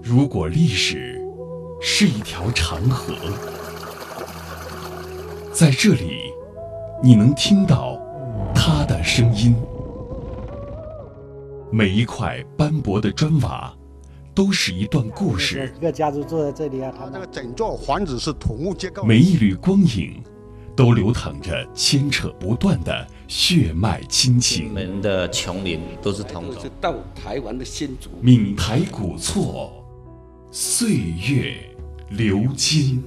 如果历史是一条长河，在这里你能听到它的声音。每一块斑驳的砖瓦都是一段故事， 一个家族住在这里啊，他这个整座房子是土木结构， 每一缕光影都流淌着牵扯不断的血脉亲情。 我们的琼林都是同种， 是到台湾的新竹， 闽台古厝，岁月流金。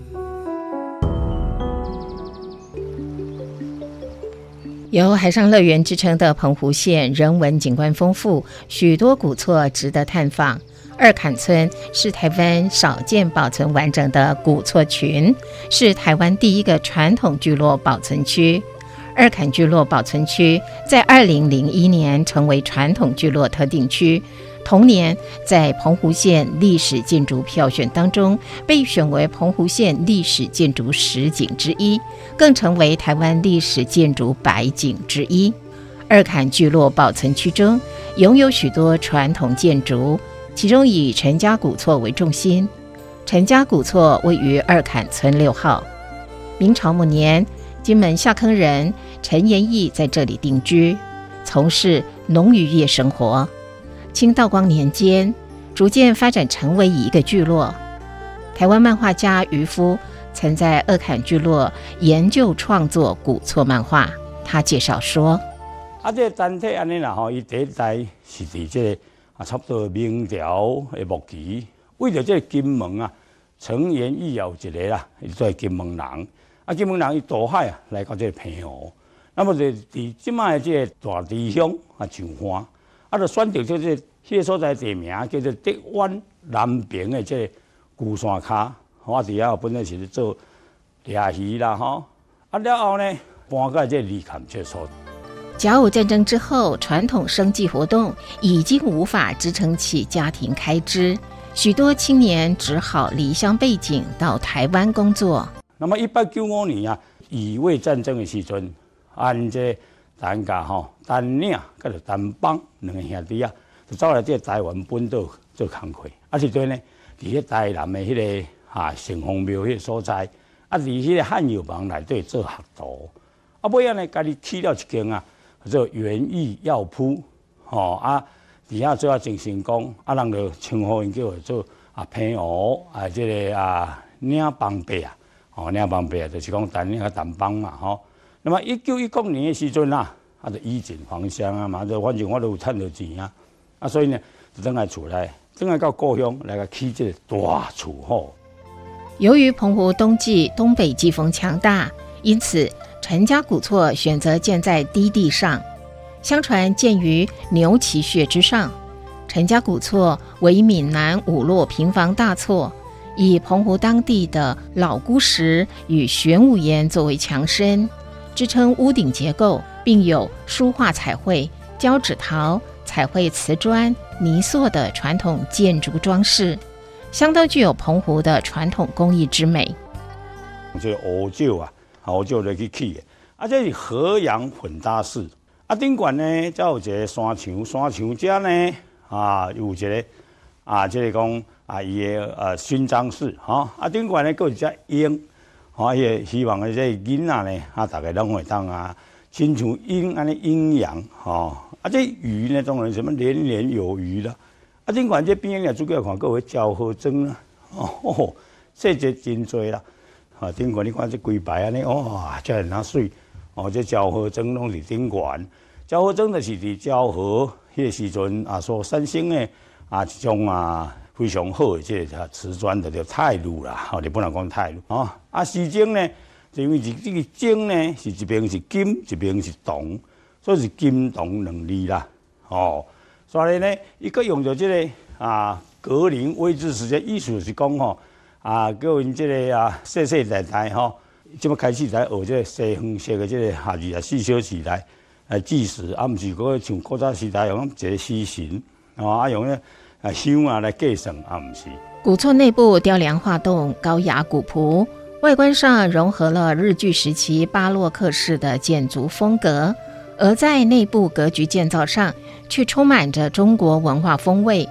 有海上乐园之称的澎湖县人文景观丰富，许多古厝值得探访。二坎村是台湾少见保存完整的古厝群，是台湾第一个传统聚落保存区。二坎聚落保存区在2001年成为传统聚落特定区，同年在澎湖县历史建筑票选当中被选为澎湖县历史建筑10景之一，更成为台湾历史建筑100景之一。二坎聚落保存区中拥有许多传统建筑，其中以陈家古厝为重心。陈家古厝位于二坎村6号。明朝末年，金门下坑人陈延义在这里定居，从事农渔业生活。清道光年间，逐渐发展成为一个聚落。台湾漫画家渔夫曾在二坎聚落研究创作古厝漫画。他介绍说： 这单体安尼啦吼，伊第一代是伫这个差不多明朝的末期，为着这个金门啊，陈延义有一个啦，伊做金门人。金门人伊渡海啊，来到这个澎湖，那么就伫即卖这个大池乡啊上岸。就选择就是迄个所在地名叫做德湾南边的这个旧山卡，我伫遐本来是做掠鱼啦吼，了后呢搬到这离坎这所。 甲午战争之后，传统生计活动已经无法支撑起家庭开支，许多青年只好离乡背井到台湾工作。 那么1895年啊，乙未战争的时阵，按这陈家吼、陈岭甲着陈邦两个兄弟啊，就走来这台湾本岛做工课。时阵呢，伫迄台南的迄个城隍庙迄个所在，伫迄个汉药房内底做学徒。尾仔呢，家己起了一间啊，做园艺药铺，伫遐做真成功，人就称呼因叫做澎湖这个岭帮伯啊，岭帮伯啊，就是讲陈岭甲陈邦嘛，吼。那么1919年的时阵啦，就衣锦还乡啊嘛，就反正我都有赚到钱啊，所以呢，就转来厝内，转来到故乡来个起这个大厝吼。 由于澎湖冬季东北季风强大，因此陈家古厝选择建在低地上。相传建于牛旗穴之上。陈家古厝为闽南5落平房大厝，以澎湖当地的老姑石与玄武岩作为墙身，支撑屋顶结构，并有书画彩绘、胶纸陶、彩绘瓷砖、泥塑的传统建筑装饰，相当具有澎湖的传统工艺之美。 这乌石啊，乌石来去起的，这是河洋混搭式。顶悬呢，才有一个山墙，山墙遮呢，有一个这个讲伊的勋章式，顶悬呢，佫有一只鹰。也希望这囡仔呢，大家拢会当亲像鹰安尼阴阳，这鱼呢，当然什么年年有余啦。顶悬这边呢，主要看各位椒河庄啦，细节真多啦。顶悬你看这规排安尼，哇，真哪水！这椒河庄拢伫顶悬，椒河庄就是伫椒河迄个时阵所产生的一种非常好的这个瓷砖就叫泰鲁啦，日本人讲泰鲁时钟呢，就因为这个钟呢是一边是金，一边是铜，所以是金铜两字啦。所以呢，伊佫用着这个格林威治时间，意思是讲叫因这个世世代代即么开始才学这个西方式的这个24小时来计时，毋是嗰像古早时代用一个时辰，用咧。香来计算毋是。 古厝内部雕梁画栋，高雅古朴，外观上融合了日据时期巴洛克式的建筑风格，而在内部格局建造上却充满着中国文化风味。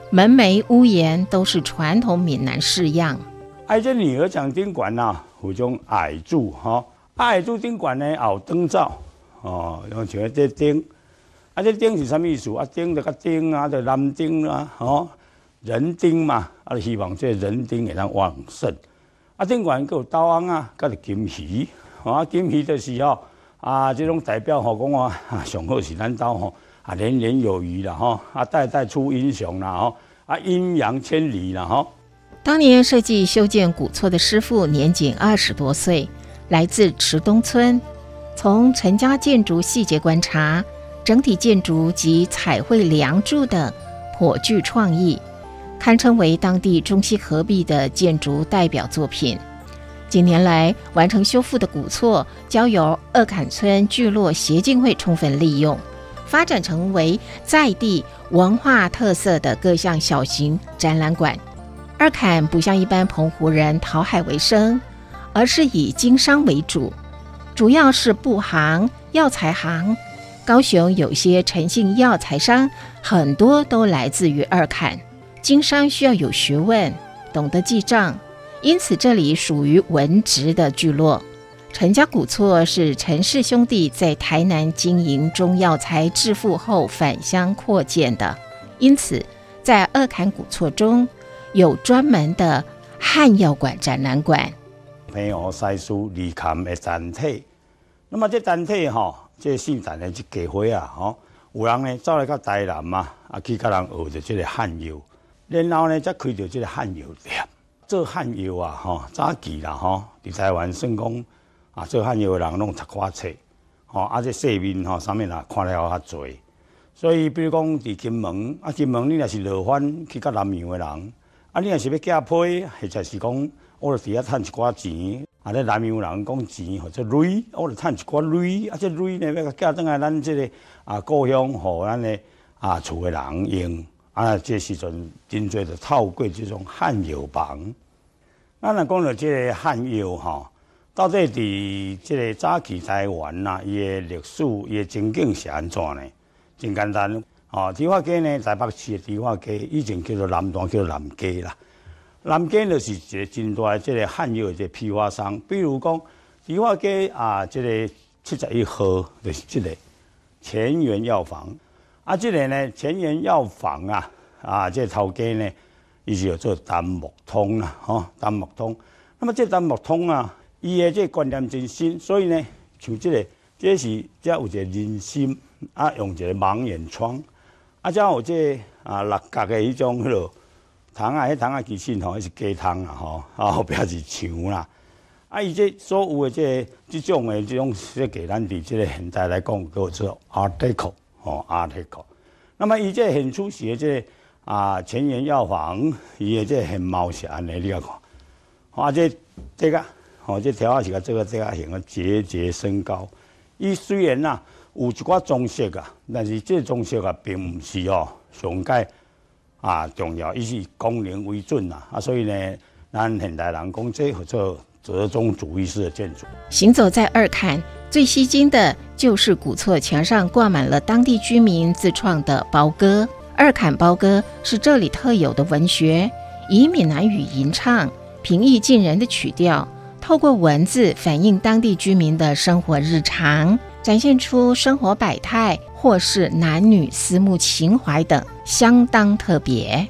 门楣、屋檐都是传统闽南式样。 这女儿墙顶管呐，有种矮柱哈，矮柱顶管呢也有灯罩哦，像这灯，这灯是什么意思？灯就个灯啊，就男灯啊，人丁嘛，希望这人丁会当旺盛。顶管佫有斗翁啊，佮是金鱼，金鱼就是这种代表讲上好是咱兜年年有余啦代代出英雄啦阴阳千里啦当年设计修建古厝的师傅年仅20多岁，来自池东村。从陈家建筑细节观察，整体建筑及彩绘梁柱等颇具创意，堪称为当地中西合璧的建筑代表作品。近年来完成修复的古厝，交由二坎村聚落协进会充分利用，发展成为在地文化特色的各项小型展览馆。二坎不像一般澎湖人讨海为生，而是以经商为主，主要是布行、药材行。高雄有些诚信药材商，很多都来自于二坎。经商需要有学问，懂得记账，因此这里属于文职的聚落。陈家古厝是陈氏兄弟在台南经营中药材致富后返乡扩建的，因此在二坎古厝中有专门的汉药馆展览馆。 平湖西施离坎的单体，那么这单体这姓陈的这家伙有人呢走来到台南嘛，去甲人学着这个汉药，然后呢才开着这个汉药店。做汉药早期啦伫台湾算讲做汉药的人拢读寡册，这世面上面看了较侪。所以比如讲伫金门，金门你若是落番去甲南洋的人，你若是要寄批，或者是讲我著伫遐趁一寡钱。咧南洋人讲钱或者镭，我著趁一寡镭。这镭呢要寄转来咱这个故乡，互咱的厝的人用。这时阵真侪就透过这种汉药房。咱若讲到这个汉药到底伫这个早期台湾伊的历史、伊的情景是安怎呢？真简单猪化街呢，台北市的猪化街以前叫做南段，叫做南街啦。南街就是一个真大的这个汉药的这个批发商，比如讲猪化街这个71号就是这个前元药房。这个呢前元药房这个头家呢，伊是叫做丹木通啦，丹木通。那么这丹木通伊的这个观念真新，所以呢，像这有一个人参用一个盲眼窗，才有这六角的迄种迄落糖迄糖其实迄是鸡汤后壁是肠啦。伊这所有的这种的这种给咱伫这个现代来讲叫做 Art Deco。Art Deco。那么伊这现出时的这个前元药房，伊的这现貌是安尼，你看这个这条是这个形节节升高。伊虽然有一寡装饰但是这装饰并不是上界重要，伊是功能为准所以呢，咱现代人讲这叫做折中主义式的建筑。 行走在二坎，最吸睛的就是古厝墙上挂满了当地居民自创的包歌。二坎包歌是这里特有的文学，以闽南语吟唱，平易近人的曲调，透过文字反映当地居民的生活日常，展现出生活百态，或是男女私募情怀等，相当特别。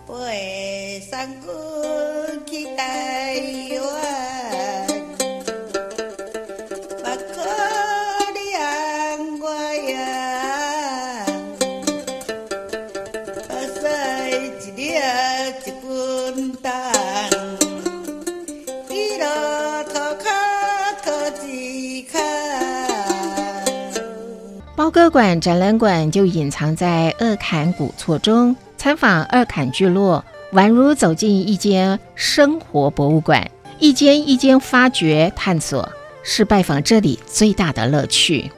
包歌馆展览馆就隐藏在二坎古厝中，参访二坎聚落，宛如走进一间生活博物馆，一间一间发掘探索，是拜访这里最大的乐趣。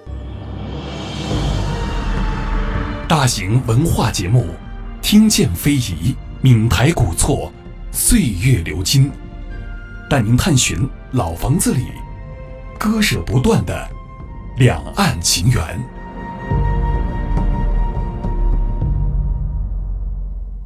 大型文化节目，听见非遗，闽台古厝，岁月流金，带您探寻老房子里割舍不断的两岸情缘。